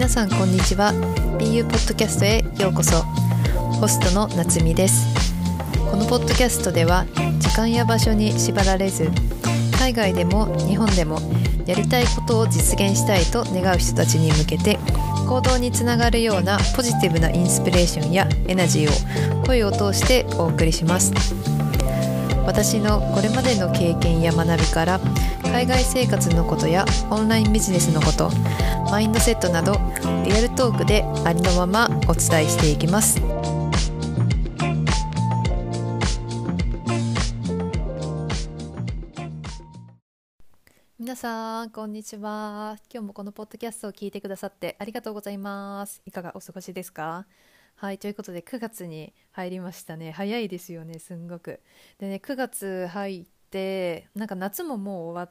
皆さんこんにちは。 BU ポッドキャストへようこそ。ホストの夏美です。このポッドキャストでは時間や場所に縛られず、海外でも日本でもやりたいことを実現したいと願う人たちに向けて、行動につながるようなポジティブなインスピレーションやエナジーを声を通してお送りします。私のこれまでの経験や学びから、海外生活のことやオンラインビジネスのこと、マインドセットなどリアルトークでありのままお伝えしていきます。皆さんこんにちは。今日もこのポッドキャストを聞いてくださってありがとうございます。いかがお過ごしですか？はい、ということで9月に入りましたね。早いですよね、すんごく。でね、9月入ってなんか夏ももう終わって、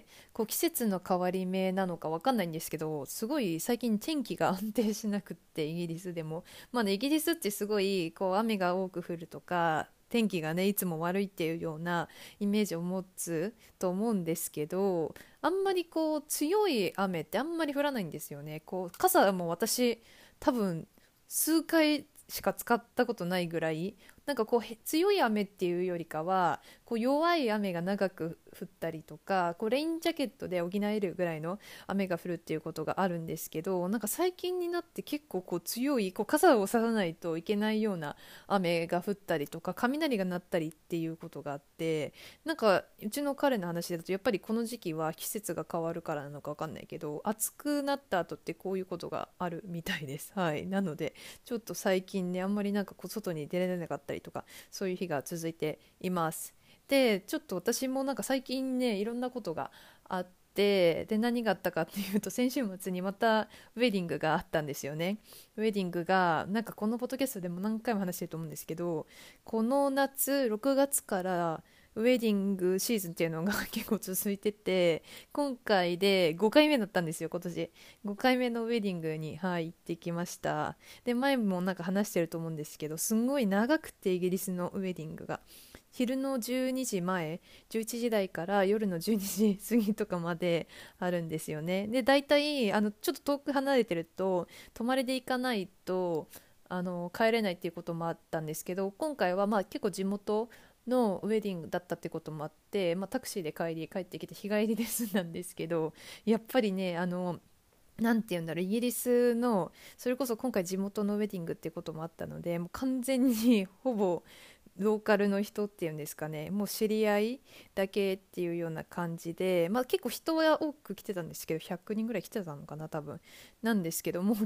こう季節の変わり目なのかわかんないんですけど、すごい最近天気が安定しなくって、イギリスでもまあね、イギリスってすごいこう雨が多く降るとか、天気がねいつも悪いっていうようなイメージを持つと思うんですけど、あんまりこう強い雨ってあんまり降らないんですよね。こう傘も私多分数回しか使ったことないぐらい、なんかこう強い雨っていうよりかは、こう弱い雨が長く降ったりとか、こうレインジャケットで補えるぐらいの雨が降るっていうことがあるんですけど、なんか最近になって結構こう強い、こう傘をささないといけないような雨が降ったりとか、雷が鳴ったりっていうことがあって、なんかうちの彼の話だと、やっぱりこの時期は季節が変わるからなのか分かんないけど、暑くなった後ってこういうことがあるみたいです。はい、なのでちょっと最近ね、あんまりなんかこう外に出れなかったりとか、そういう日が続いています。でちょっと私もなんか最近ね、いろんなことがあって、で何があったかっていうと、先週末にまたウェディングがあったんですよね。ウェディングがなんかこのポッドキャストでも何回も話してると思うんですけど、この夏6月からウェディングシーズンっていうのが結構続いてて、今回で5回目だったんですよ、今年。5回目のウェディングに、はい、行ってきました。で前もなんか話してると思うんですけど、すんごい長くて、イギリスのウェディングが昼の12時前、11時台から夜の12時過ぎとかまであるんですよね。で大体ちょっと遠く離れてると泊まりで行かないと帰れないっていうこともあったんですけど、今回はまあ結構地元のウェディングだったってこともあって、タクシーで帰ってきて日帰りで済んだんですけど、やっぱりね、なんて言うんだろう、イギリスのそれこそ今回地元のウェディングっていうこともあったので、もう完全にほぼローカルの人っていうんですかね、もう知り合いだけっていうような感じで、結構人は多く来てたんですけど、100人ぐらい来てたのかな多分。なんですけど、もう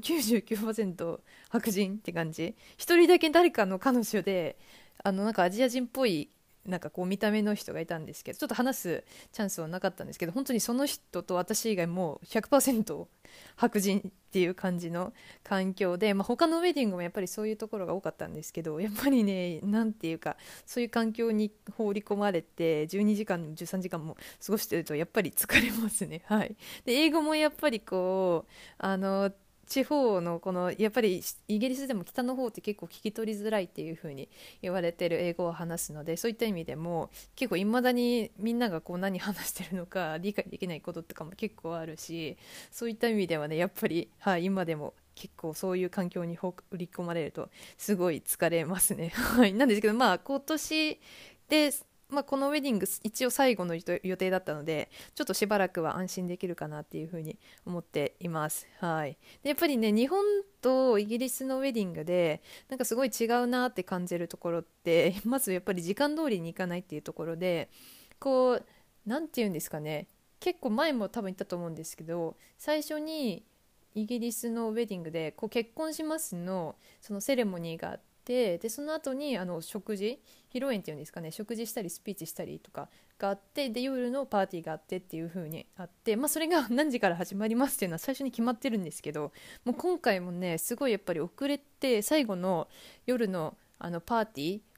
99%白人って感じ。一人だけ誰かの彼女で、なんかアジア人っぽいなんかこう見た目の人がいたんですけど、ちょっと話すチャンスはなかったんですけど、本当にその人と私以外もう100%白人っていう感じの環境で、他のウェディングもやっぱりそういうところが多かったんですけど、やっぱりね、なんていうか、そういう環境に放り込まれて12時間13時間も過ごしてるとやっぱり疲れますね。はい。で英語もやっぱりこう地方のこのやっぱりイギリスでも北の方って結構聞き取りづらいっていう風に言われてる英語を話すので、そういった意味でも結構未だにみんながこう何話してるのか理解できないこととかも結構あるし、そういった意味ではね、やっぱり、はい、今でも結構そういう環境に放り込まれるとすごい疲れますね。はい、なんですけど、今年でこのウェディング一応最後の予定だったので、ちょっとしばらくは安心できるかなっていうふうに思っています。はい。でやっぱりね、日本とイギリスのウェディングでなんかすごい違うなって感じるところって、まずやっぱり時間通りに行かないっていうところで、こうなんて言うんですかね、結構前も多分言ったと思うんですけど、最初にイギリスのウェディングでこう結婚しますのそのセレモニーがあって、でその後に食事、披露宴っていうんですかね、食事したりスピーチしたりとかがあって、で夜のパーティーがあってっていう風にあって、それが何時から始まりますっていうのは最初に決まってるんですけど、もう今回もねすごいやっぱり遅れて、最後の夜のパーティー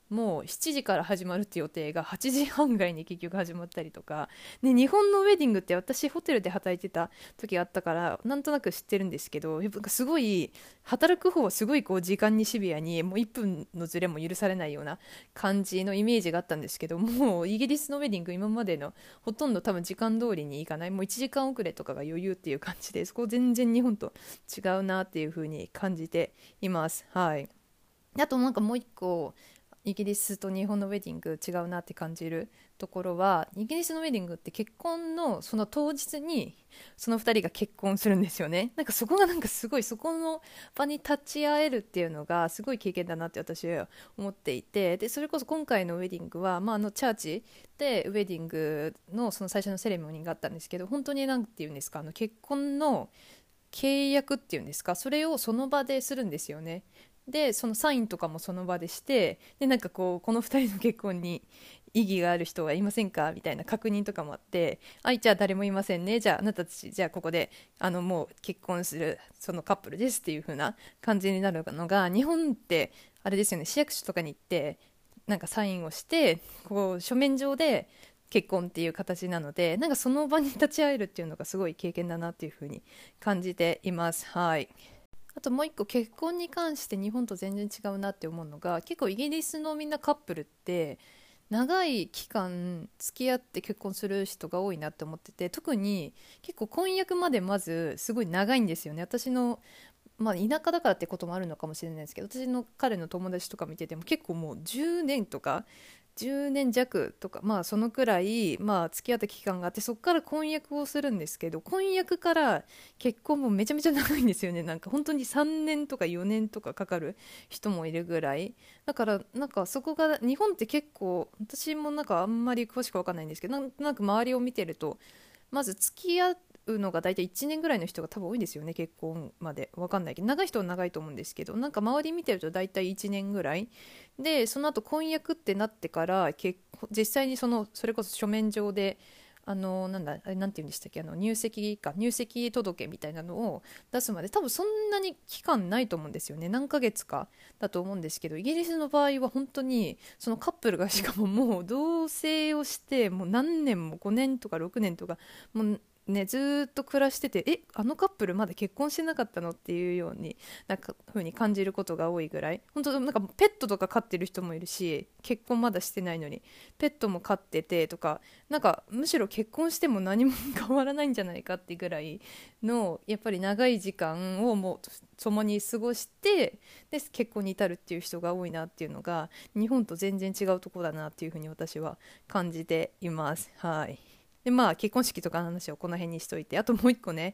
もう7時から始まるって予定が8時半ぐらいに結局始まったりとか、で日本のウェディングって私ホテルで働いてた時があったからなんとなく知ってるんですけど、やっぱすごい働く方はすごいこう時間にシビアに、もう1分のズレも許されないような感じのイメージがあったんですけど、もうイギリスのウェディング今までのほとんど多分時間通りにいかない、もう1時間遅れとかが余裕っていう感じで、そこ全然日本と違うなっていう風に感じています。はい。あとなんかもう一個イギリスと日本のウェディング違うなって感じるところは、イギリスのウェディングって結婚のその当日にその2人が結婚するんですよね。なんかそこがなんかすごい、そこの場に立ち会えるっていうのがすごい経験だなって私は思っていて、でそれこそ今回のウェディングは、チャーチでウェディングのその最初のセレモニーがあったんですけど、本当になんていうんですか、結婚の契約っていうんですか、それをその場でするんですよね。でそのサインとかもその場でして、でなんかこうこの2人の結婚に意義がある人はいませんかみたいな確認とかもあって、じゃあ誰もいませんね、じゃああなたたちじゃあここでもう結婚するそのカップルですっていう風な感じになるのが、日本ってあれですよね、市役所とかに行ってなんかサインをしてこう書面上で結婚っていう形なので、なんかその場に立ち会えるっていうのがすごい経験だなっていう風に感じています。はい。あともう一個、結婚に関して日本と全然違うなって思うのが、結構イギリスのみんなカップルって長い期間付き合って結婚する人が多いなって思ってて、特に結構婚約までまずすごい長いんですよね。私の田舎だからってこともあるのかもしれないですけど、私の彼の友達とか見てても結構もう10年とか10年弱とか、そのくらい、付き合った期間があって、そこから婚約をするんですけど、婚約から結婚もめちゃめちゃ長いんですよね。なんか本当に3年とか4年とかかかる人もいるぐらいだから、なんかそこが日本って結構、私もなんかあんまり詳しく分かんないんですけど、なんか周りを見てると、まず付き合うのが大体1年ぐらいの人が多分多いんですよね、結婚まで。分かんないけど、長い人は長いと思うんですけど、なんか周り見てると大体1年ぐらいで、その後婚約ってなってから実際にそれこそ書面上であれなんて言うんでしたっけ、入籍届みたいなのを出すまで多分そんなに期間ないと思うんですよね。何ヶ月かだと思うんですけど、イギリスの場合は本当にそのカップルがしかももう同棲をしてもう何年も5年とか6年とかもうね、ずーっと暮らしてて、あのカップルまだ結婚してなかったのっていうようになんか風に感じることが多いぐらい、本当なんかペットとか飼ってる人もいるし、結婚まだしてないのにペットも飼っててとか、なんかむしろ結婚しても何も変わらないんじゃないかっていうぐらいの、やっぱり長い時間をもう共に過ごして、で結婚に至るっていう人が多いなっていうのが日本と全然違うところだなっていうふうに私は感じています。はい。で結婚式とかの話をこの辺にしといて、あともう一個ね、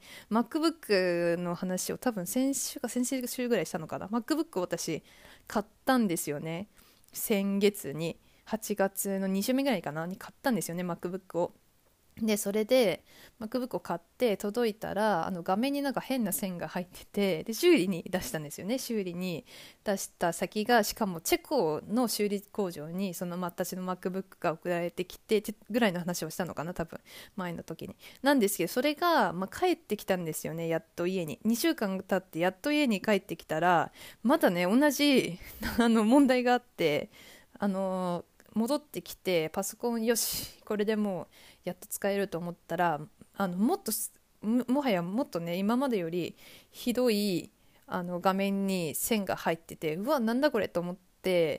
MacBook の話を多分先週か先々週ぐらいしたのかな。 MacBook を私買ったんですよね。先月に8月の2週目ぐらいかなに買ったんですよね、 MacBook を。でそれで MacBook を買って届いたら、画面になんか変な線が入ってて、で修理に出したんですよね。修理に出した先がしかもチェコの修理工場に私の MacBook が送られてきてぐらいの話をしたのかな、多分前の時に。なんですけど、それが、帰ってきたんですよね、やっと家に。2週間経ってやっと家に帰ってきたら、まだね同じ問題があって、あの戻ってきてパソコンよしこれでもうやっと使えると思ったら、もっともはやもっとね今までよりひどい画面に線が入ってて、うわなんだこれと思って、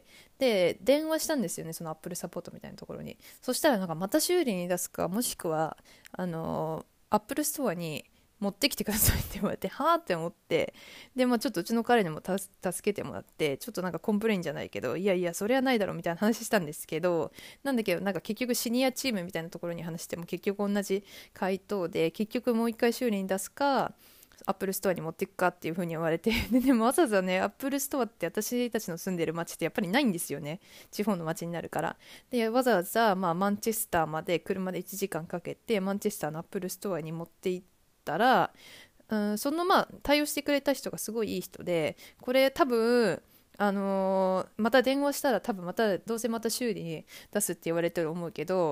で電話したんですよね、そのアップルサポートみたいなところに。そしたらなんかまた修理に出すか、もしくはアップルストアに持ってきてくださいって言われて、はあって思って、でちょっとうちの彼にも助けてもらって、ちょっとなんかコンプレインじゃないけど、いやいやそれはないだろうみたいな話したんですけど、なんだけどなんか結局シニアチームみたいなところに話しても結局同じ回答で、結局もう一回修理に出すかアップルストアに持っていくかっていう風に言われて、でもわざわざねアップルストアって私たちの住んでる街ってやっぱりないんですよね、地方の街になるから。でわざわざマンチェスターまで車で1時間かけてマンチェスターのアップルストアに持って行ったら、対応してくれた人がすごいいい人で、これ多分また電話したら多分どうせまた修理に出すって言われてると思うけど、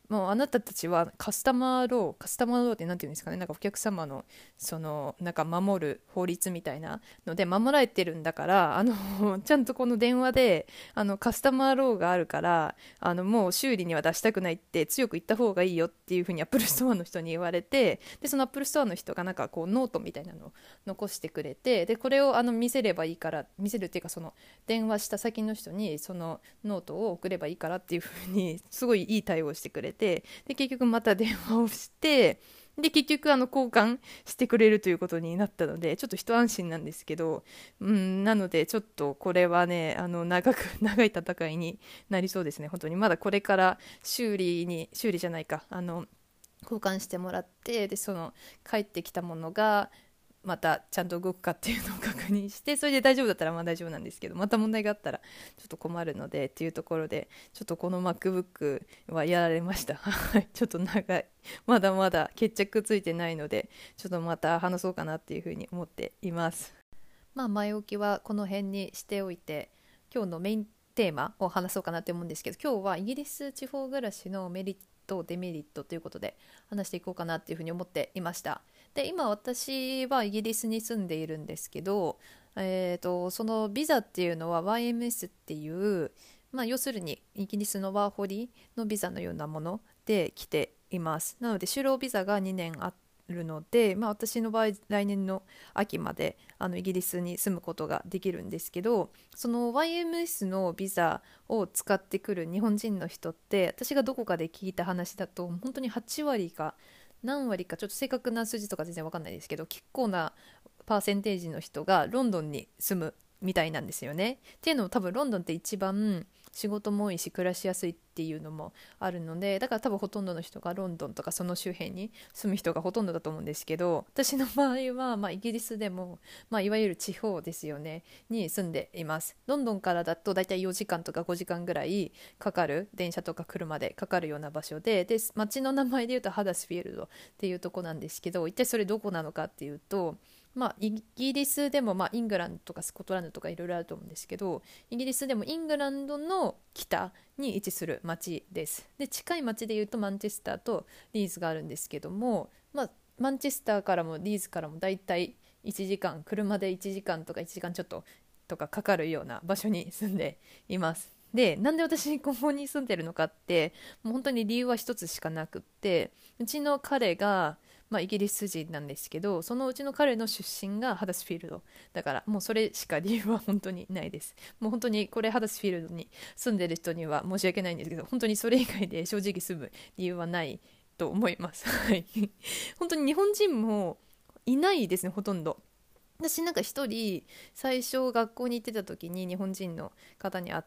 もうあなたたちはカスタマーローってなんていうんですかね、なんかお客様のそのなんか守る法律みたいなので守られてるんだから、ちゃんとこの電話でカスタマーローがあるから、もう修理には出したくないって強く言った方がいいよっていうふうにアップルストアの人に言われて、でそのアップルストアの人がなんかこうノートみたいなのを残してくれて、でこれを見せればいいから、見せるっていうかその電話した先の人にそのノートを送ればいいからっていうふうにすごいいい対応してくれて、で結局また電話をして、で結局交換してくれるということになったのでちょっと一安心なんですけど、なのでちょっとこれはね長い戦いになりそうですね。本当にまだこれから修理じゃないか、交換してもらって、でその帰ってきたものがまたちゃんと動くかっていうのを確認して、それで大丈夫だったらまあ大丈夫なんですけど、また問題があったらちょっと困るのでっていうところで、ちょっとこの MacBook はやられました。はい、ちょっと長い、まだまだ決着ついてないので、ちょっとまた話そうかなっていうふうに思っています。まあ前置きはこの辺にしておいて、今日のメインテーマを話そうかなって思うんですけど、今日はイギリス地方暮らしのメリットデメリットということで話していこうかなっていうふうに思っていました。で今私はイギリスに住んでいるんですけど、そのビザっていうのは YMS っていう、まあ、要するにイギリスのワーホリのビザのようなもので来ています。なので就労ビザが2年あるので、まあ、私の場合来年の秋までイギリスに住むことができるんですけど、その YMS のビザを使ってくる日本人の人って、私がどこかで聞いた話だと本当に8割か何割か、ちょっと正確な数字とか全然わかんないですけど、結構なパーセンテージの人がロンドンに住むみたいなんですよね。っていうのも多分ロンドンって一番仕事も多いし暮らしやすいっていうのもあるので、だから多分ほとんどの人がロンドンとかその周辺に住む人がほとんどだと思うんですけど、私の場合は、まあ、イギリスでも、まあ、いわゆる地方ですよねに住んでいます。ロンドンからだとだいたい4時間とか5時間ぐらいかかる、電車とか車でかかるような場所で、街の名前でいうとハダスフィールドっていうとこなんですけど、一体それどこなのかっていうと、まあ、イギリスでも、まあ、イングランドとかスコットランドとかいろいろあると思うんですけど、イギリスでもイングランドの北に位置する町です。で近い町でいうとマンチェスターとリーズがあるんですけども、まあ、マンチェスターからもリーズからもだいたい1時間、車で1時間とか1時間ちょっととかかかるような場所に住んでいます。でなんで私ここに住んでるのかって、もう本当に理由は一つしかなくって、うちの彼がまあ、イギリス人なんですけど、そのうちの彼の出身がハダスフィールドだから、もうそれしか理由は本当にないです。もう本当にこれハダスフィールドに住んでる人には申し訳ないんですけど、本当にそれ以外で正直住む理由はないと思います。はい。本当に日本人もいないですね、ほとんど。私なんか一人最初学校に行ってた時に日本人の方に会って、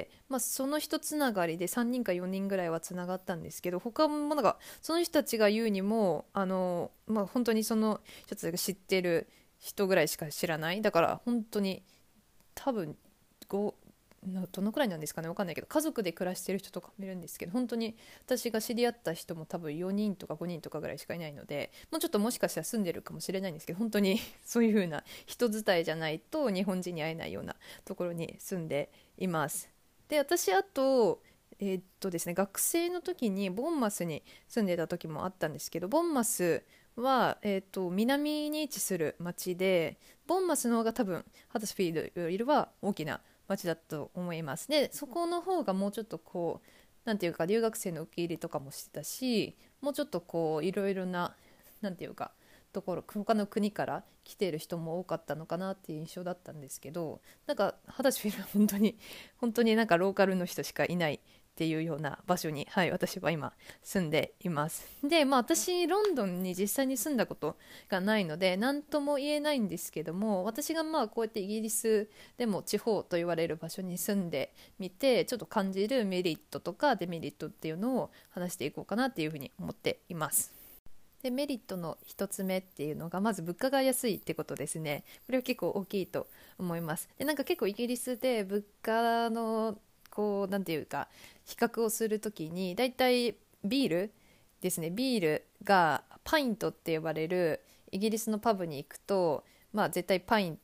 まあ、その人つながりで3人か4人ぐらいはつながったんですけど、他もなんかその人たちが言うにもまあ、本当にその人たちが知ってる人ぐらいしか知らない。だから本当に多分どのくらいなんですかね、わかんないけど家族で暮らしてる人とかもいるんですけど、本当に私が知り合った人も多分4人とか5人とかぐらいしかいないので、もうちょっともしかしたら住んでるかもしれないんですけど、本当にそういう風な人伝いじゃないと日本人に会えないようなところに住んでいます。で私あとですね、学生の時にボンマスに住んでた時もあったんですけど、ボンマスは、南に位置する町で、ボンマスの方が多分ハダスフィールドよりは大きな街だと思います。でそこの方がもうちょっとこうなんていうか留学生の受け入れとかもしてたし、もうちょっとこういろいろななんていうかところ、他の国から来ている人も多かったのかなっていう印象だったんですけど、なんかハダシフィルは本当になんかローカルの人しかいないっていうような場所に、はい、私は今住んでいます。で、まあ、私ロンドンに実際に住んだことがないので何とも言えないんですけども、私がまあこうやってイギリスでも地方と言われる場所に住んでみてちょっと感じるメリットとかデメリットっていうのを話していこうかなっていうふうに思っています。でメリットの一つ目っていうのがまず物価が安いってことですね。これは結構大きいと思います。でなんか結構イギリスで物価のこうなんていうか比較をするときにだいたいビールですね、ビールがパイントって呼ばれるイギリスのパブに行くと、まあ、絶対パイント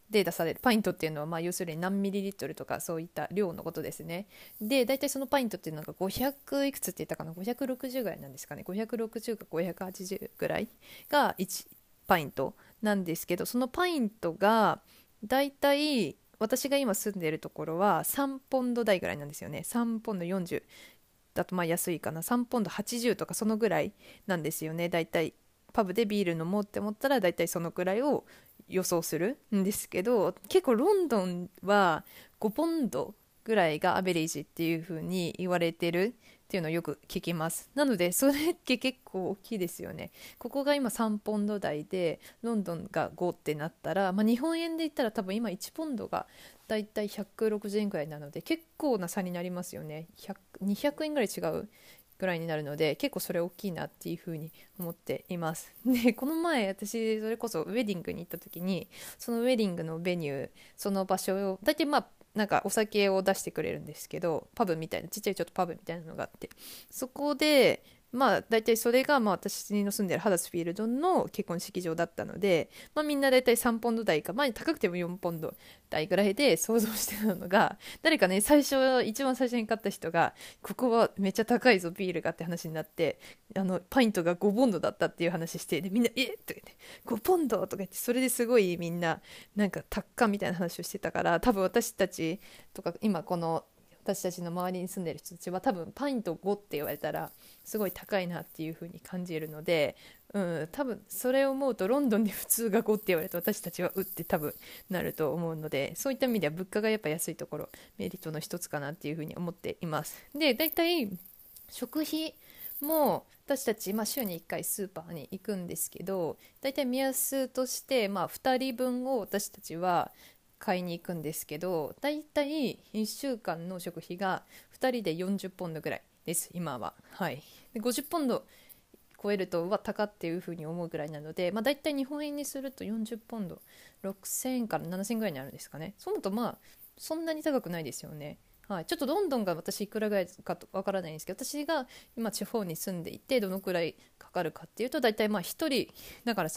で出されるパイントっていうのは、要するに何ミリリットルとかそういった量のことですね。で大体そのパイントっていうのが500いくつって言ったかな、560ぐらいなんですかね、560か580ぐらいが1パイントなんですけど、そのパイントが大体私が今住んでいるところは3ポンド台ぐらいなんですよね。3ポンド40だと安いかな、3ポンド80とかそのぐらいなんですよね。だいたいパブでビール飲もうって思ったらだいたいそのくらいを予想するんですけど、結構ロンドンは5ポンドぐらいがアベレージっていう風に言われてるっていうのをよく聞きます。なのでそれって結構大きいですよね。ここが今3ポンド台でロンドンが5ってなったら、日本円で言ったら多分今1ポンドがだいたい160円くらいなので結構な差になりますよね。200円ぐらい違うぐらいになるので、結構それ大きいなっていうふうに思っています。でこの前私それこそウェディングに行った時に、そのウェディングのベニュー、その場所を大体なんかお酒を出してくれるんですけど、パブみたいなちっちゃいちょっとパブみたいなのがあって、そこで大体それが私の住んでるハダスフィールドの結婚式場だったので、みんな大体3ポンド台か、高くても4ポンド台ぐらいで想像してたのが、誰かね一番最初に買った人がここはめっちゃ高いぞビールがって話になって、パイントが5ポンドだったっていう話して、でみんなとか言って5ポンドとか言って、それですごいみんななんか達観みたいな話をしてたから、多分私たちとか今この私たちの周りに住んでる人たちは多分パイント5って言われたらすごい高いなっていう風に感じるので、多分それを思うとロンドンで普通が5って言われると私たちはって多分なると思うので、そういった意味では物価がやっぱ安いところメリットの一つかなっていう風に思っています。でだいたい食費も私たち、週に1回スーパーに行くんですけど、だいたい目安として、2人分を私たちは買いに行くんですけど、だいたい1週間の食費が2人で40ポンドぐらいです今は。はい。で50ポンド超えると高っていう風に思うぐらいなので、だいたい日本円にすると40ポンド6000円から7000円ぐらいになるんですかね。そう思うとそんなに高くないですよね。はい、ちょっとロンドンが私いくらぐらいかわからないんですけど、私が今地方に住んでいてどのくらいかかるかっていうと、だいたい1人だから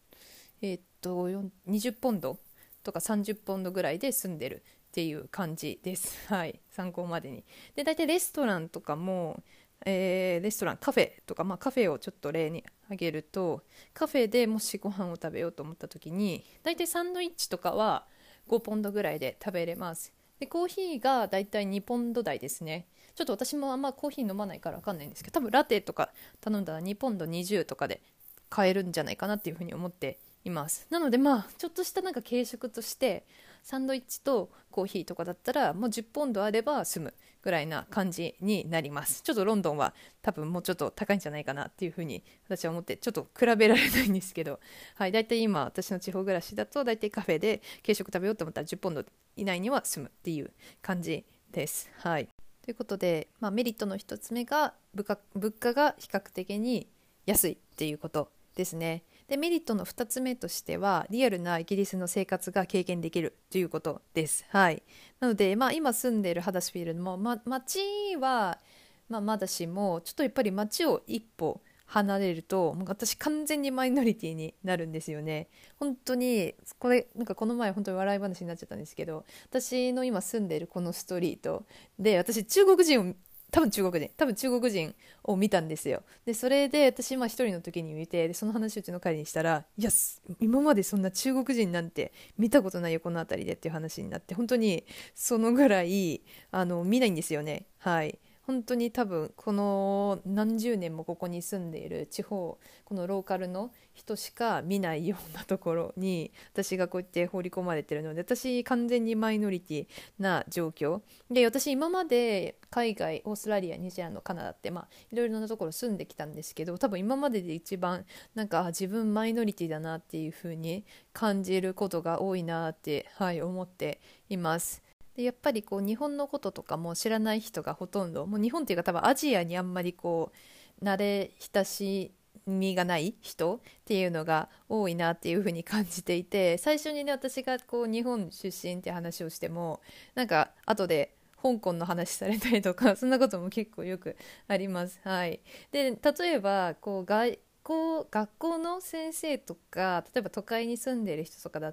20ポンドとか30ポンドぐらいで住んでるっていう感じです。はい、参考までに。で大体レストランとかも、レストランカフェとか、カフェをちょっと例に挙げると、カフェでもしご飯を食べようと思った時に大体サンドイッチとかは5ポンドぐらいで食べれます。でコーヒーがだいたい2ポンド台ですね。ちょっと私もあんまコーヒー飲まないから分かんないんですけど、多分ラテとか頼んだら2ポンド20とかで買えるんじゃないかなっていうふうに思っています。なのでちょっとしたなんか軽食としてサンドイッチとコーヒーとかだったらもう10ポンドあれば済むぐらいな感じになります。ちょっとロンドンは多分もうちょっと高いんじゃないかなっていうふうに私は思って、ちょっと比べられないんですけど、はい、だいたい今私の地方暮らしだとだいたいカフェで軽食食べようと思ったら10ポンド以内には済むっていう感じです。はい、ということで、メリットの一つ目が物価が比較的に安いっていうことですね。でメリットの2つ目としてはリアルなイギリスの生活が経験できるということです。はい、なので、今住んでいるハダスフィールドも、街は、まだしもちょっとやっぱり街を一歩離れるともう私完全にマイノリティになるんですよね。本当にこれなんかこの前本当に笑い話になっちゃったんですけど、私の今住んでいるこのストリートで私多分中国人を見たんですよ。でそれで私一人の時に見て、でその話をうちの彼にしたら、いや今までそんな中国人なんて見たことないよこの辺りでっていう話になって、本当にそのぐらい見ないんですよね。はい、本当に多分この何十年もここに住んでいる地方、このローカルの人しか見ないようなところに私がこうやって放り込まれてるので、私完全にマイノリティな状況で、私今まで海外オーストラリアニュージーランドカナダっていろいろなところ住んできたんですけど、多分今までで一番なんか自分マイノリティだなっていう風に感じることが多いなって、はい、思っています。でやっぱりこう日本のこととかも知らない人がほとんど、もう日本っていうか多分アジアにあんまりこう慣れ親しみがない人っていうのが多いなっていうふうに感じていて、最初にね私がこう日本出身って話をしてもなんか後で香港の話されたりとかそんなことも結構よくあります。はい、で例えばこう学校の先生とか、例えば都会に住んでいる人とかだ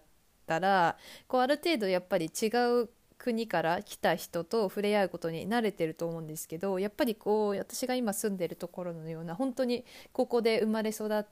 たらこうある程度やっぱり違う国から来た人と触れ合うことに慣れてると思うんですけど、やっぱりこう私が今住んでるところのような本当にここで生まれ育って、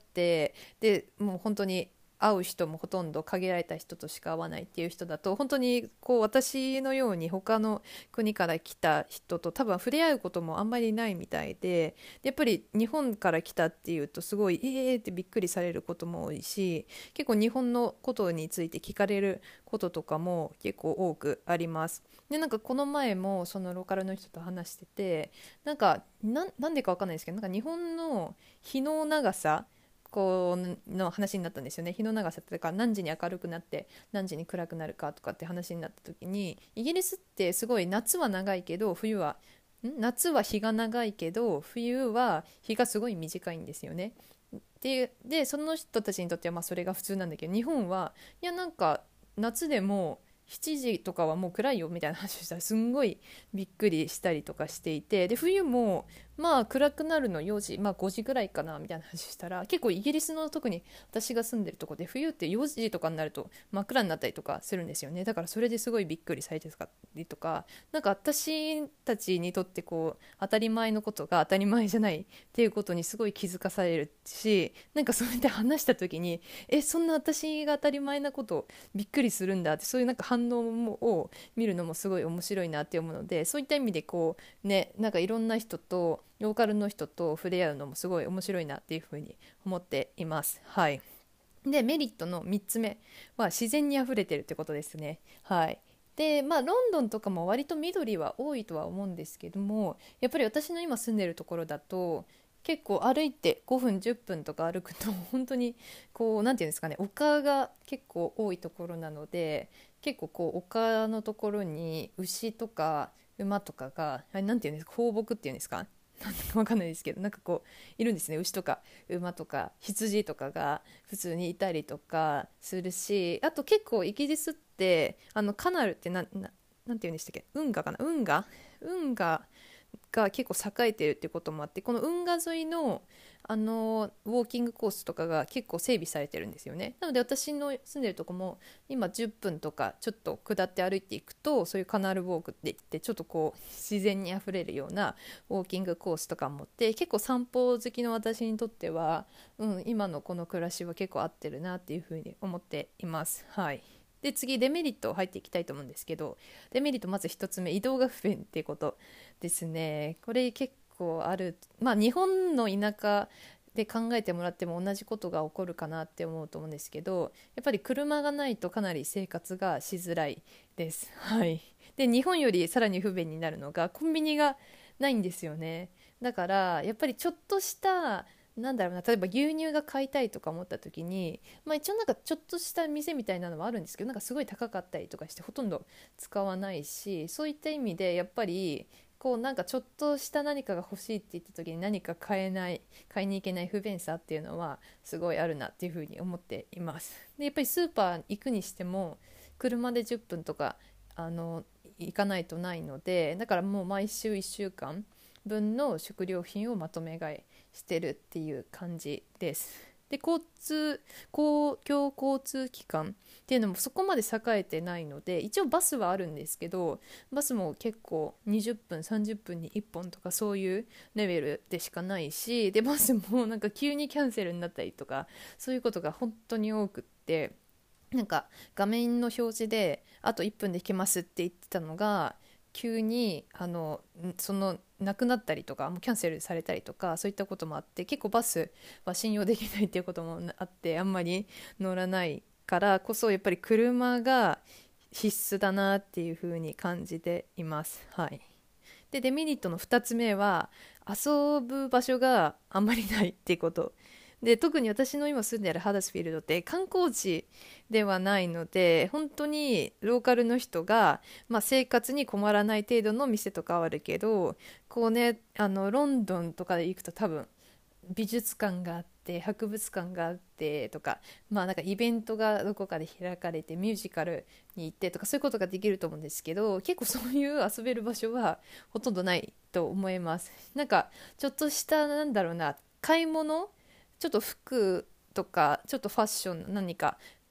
でもう本当に会う人もほとんど限られた人としか会わないっていう人だと、本当にこう私のように他の国から来た人と多分触れ合うこともあんまりないみたいで、やっぱり日本から来たっていうとすごいってびっくりされることも多いし、結構日本のことについて聞かれることとかも結構多くあります。でなんかこの前もそのローカルの人と話してて、なんでかわかんないですけど、なんか日本の日の長さこうの話になったんですよね。日の長さってか何時に明るくなって何時に暗くなるかとかって話になった時に、イギリスってすごい夏は長いけど夏は日が長いけど冬は日がすごい短いんですよね。でその人たちにとってはまあそれが普通なんだけど、日本はいやなんか夏でも7時とかはもう暗いよみたいな話をしたらすんごいびっくりしたりとかしていて、で冬もまあ暗くなるの4時、まあ5時ぐらいかなみたいな話したら、結構イギリスの特に私が住んでるとこで冬って4時とかになると真っ暗になったりとかするんですよね。だからそれですごいびっくりされてたりとか、なんか私たちにとってこう当たり前のことが当たり前じゃないっていうことにすごい気づかされるし、なんかそれで話した時にそんな私が当たり前なことびっくりするんだって、そういうなんか反応を見るのもすごい面白いなって思うので、そういった意味でこうね、なんかいろんな人とローカルの人と触れ合うのもすごい面白いなっていうふうに思っています。はい。でメリットの3つ目は自然にあふれてるってことですね。はい。でまあロンドンとかも割と緑は多いとは思うんですけども、やっぱり私の今住んでるところだと結構歩いて5分10分とか歩くと本当にこうなんていうんですかね、丘が結構多いところなので、結構こう丘のところに牛とか馬とかが、あれなんていうんですか、放牧っていうんですか、なんだかわかんないですけど、なんかこういるんですね。牛とか馬とか羊とかが普通にいたりとかするし、あと結構イギリスってカナルってなんていうんでしたっけ、運河かな、運河が結構栄えてるっていうこともあって、この運河沿いのウォーキングコースとかが結構整備されてるんですよね。なので私の住んでるとこも今10分とかちょっと下って歩いていくと、そういうカナルウォークって言ってちょっとこう自然にあふれるようなウォーキングコースとかもあって、結構散歩好きの私にとっては、今のこの暮らしは結構合ってるなっていうふうに思っています。はい。で次デメリット入っていきたいと思うんですけど、デメリットまず1つ目、移動が不便っていうことですね。これ結構ある。まあ日本の田舎で考えてもらっても同じことが起こるかなって思うと思うんですけど、やっぱり車がないとかなり生活がしづらいです。はい。で日本よりさらに不便になるのがコンビニがないんですよね。だからやっぱりちょっとしたなんだろうな、例えば牛乳が買いたいとか思った時に、まあ、一応なんかちょっとした店みたいなのはあるんですけど、なんかすごい高かったりとかしてほとんど使わないし、そういった意味でやっぱりこうなんかちょっとした何かが欲しいって言った時に何か買いに行けない不便さっていうのはすごいあるなっていうふうに思っています。でやっぱりスーパー行くにしても車で10分とか行かないとないので、だからもう毎週1週間分の食料品をまとめ買いしてるっていう感じです。で公共交通機関っていうのもそこまで栄えてないので、一応バスはあるんですけど、バスも結構20分30分に1本とかそういうレベルでしかないし、でバスもなんか急にキャンセルになったりとかそういうことが本当に多くって、なんか画面の表示であと1分で行けますって言ってたのが急にそのなくなったりとかもうキャンセルされたりとか、そういったこともあって、結構バスは信用できないっていうこともあって、あんまり乗らないからこそやっぱり車が必須だなっていう風に感じています。はい。でデメリットの2つ目は遊ぶ場所があんまりないっていうことで、特に私の今住んでいるハダスフィールドって観光地ではないので、本当にローカルの人が、まあ、生活に困らない程度の店とかはあるけど、こうねロンドンとかで行くと多分美術館があって博物館があってとか、まあなんかイベントがどこかで開かれてミュージカルに行ってとか、そういうことができると思うんですけど、結構そういう遊べる場所はほとんどないと思います。なんかちょっとしたなんだろうな、買い物、ちょっと服とかちょっとファッション何か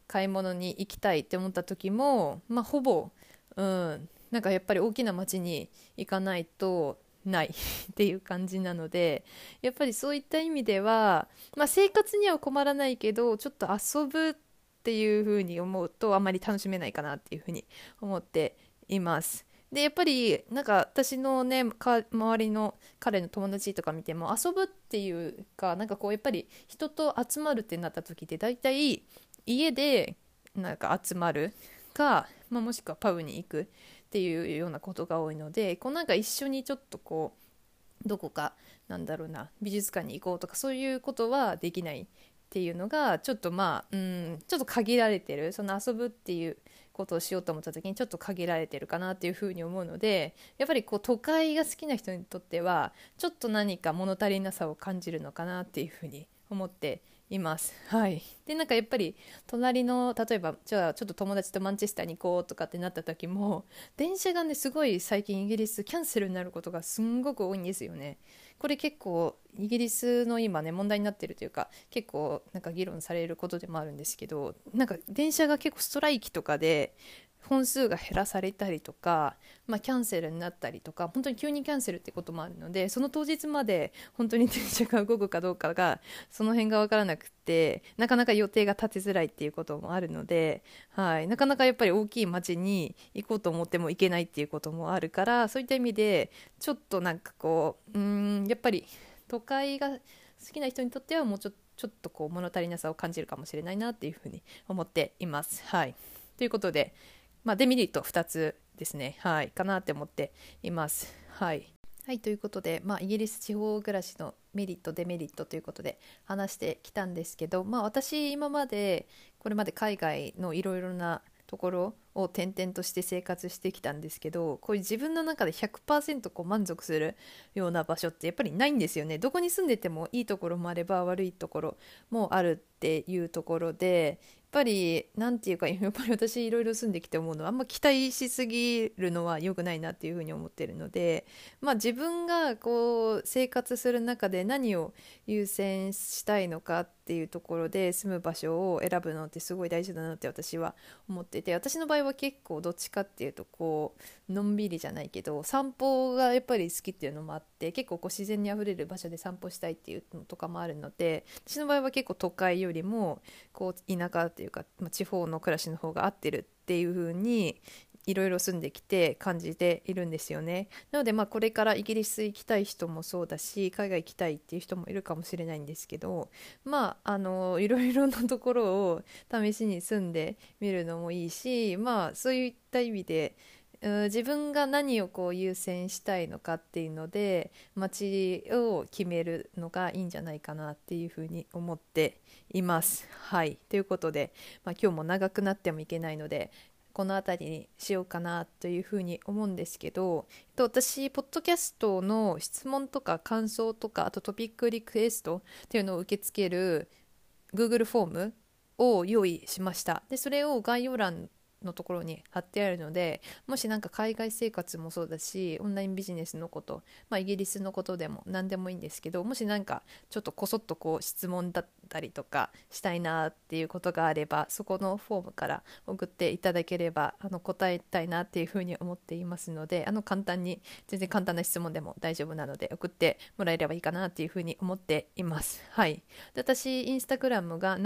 買い物に行きたいって思った時も、ほぼ、なんかやっぱり大きな街に行かないとないっていう感じなので、やっぱりそういった意味では、生活には困らないけどちょっと遊ぶっていう風に思うとあまり楽しめないかなっていう風に思っています。でやっぱりなんか私のね周りの彼の友達とか見ても、遊ぶっていうかなんかこうやっぱり人と集まるってなった時って大体家でなんか集まるか、もしくはパブに行くっていうようなことが多いので、こうなんか一緒にちょっとこうどこかなんだろうな美術館に行こうとかそういうことはできないっていうのがちょっとちょっと限られてる、その遊ぶっていうことをしようと思った時にちょっと限られてるかなっていうふうに思うので、やっぱりこう都会が好きな人にとってはちょっと何か物足りなさを感じるのかなっていうふうに思っています。はい。でなんかやっぱり隣の例えばじゃあちょっと友達とマンチェスターに行こうとかってなった時も、電車がねすごい最近イギリスキャンセルになることがすんごく多いんですよね。これ結構イギリスの今ね問題になってるというか、結構なんか議論されることでもあるんですけど、なんか電車が結構ストライキとかで本数が減らされたりとか、キャンセルになったりとか、本当に急にキャンセルってこともあるので、その当日まで本当に電車が動くかどうかがその辺が分からなくて、なかなか予定が立てづらいっていうこともあるので、はい、なかなかやっぱり大きい街に行こうと思っても行けないっていうこともあるから、そういった意味でちょっとなんかこうやっぱり都会が好きな人にとってはもうちょっとこう物足りなさを感じるかもしれないなっていうふうに思っています。はい、ということで、デメリット2つですね、はい、かなって思っています。はい、はい、ということで、イギリス地方暮らしのメリットデメリットということで話してきたんですけど、私今までこれまで海外のいろいろなところを転々として生活してきたんですけど、こういう自分の中で 100% こう満足するような場所ってやっぱりないんですよね。どこに住んでてもいいところもあれば悪いところもあるっていうところで、やっぱりなんていうか、やっぱり私いろいろ住んできて思うのは、あんま期待しすぎるのは良くないなっていうふうに思ってるので、自分がこう生活する中で何を優先したいのかっていうところで住む場所を選ぶのってすごい大事だなって私は思ってて、私の場合は結構どっちかっていうとこうのんびりじゃないけど散歩がやっぱり好きっていうのもあって、結構こう自然にあふれる場所で散歩したいっていうのとかもあるので、私の場合は結構都会よりもこう田舎っていうか、地方の暮らしの方が合ってるっていう風にいろいろ住んできて感じているんですよね。なのでこれからイギリス行きたい人もそうだし、海外行きたいっていう人もいるかもしれないんですけど、いろいろなところを試しに住んでみるのもいいし、そういった意味で自分が何をこう優先したいのかっていうので街を決めるのがいいんじゃないかなっていうふうに思っています。はい、ということで、今日も長くなってもいけないのでこの辺りにしようかなというふうに思うんですけど、私ポッドキャストの質問とか感想とか、あとトピックリクエストっていうのを受け付ける Google フォームを用意しました。でそれを概要欄のところに貼ってあるので、もしなんか海外生活もそうだしオンラインビジネスのこと、イギリスのことでも何でもいいんですけど、もしなんかちょっとこそっとこう質問だったりとかしたいなっていうことがあれば、そこのフォームから送っていただければ答えたいなっていうふうに思っていますので、全然簡単な質問でも大丈夫なので送ってもらえればいいかなっていうふうに思っています。はい。で私インスタグラムが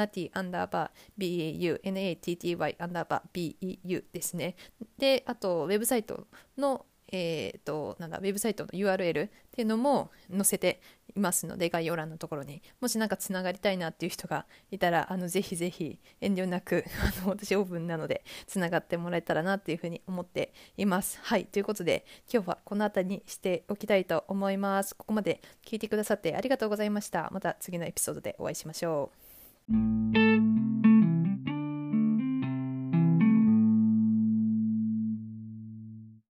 natty_bau natty_bauですね。であとウェブサイトのウェブサイトの URL っていうのも載せていますので、概要欄のところにもしなんかつながりたいなっていう人がいたらぜひぜひ遠慮なく私オープンなのでつながってもらえたらなっていうふうに思っています。はい、ということで今日はこの辺りにしておきたいと思います。ここまで聞いてくださってありがとうございました。また次のエピソードでお会いしましょう。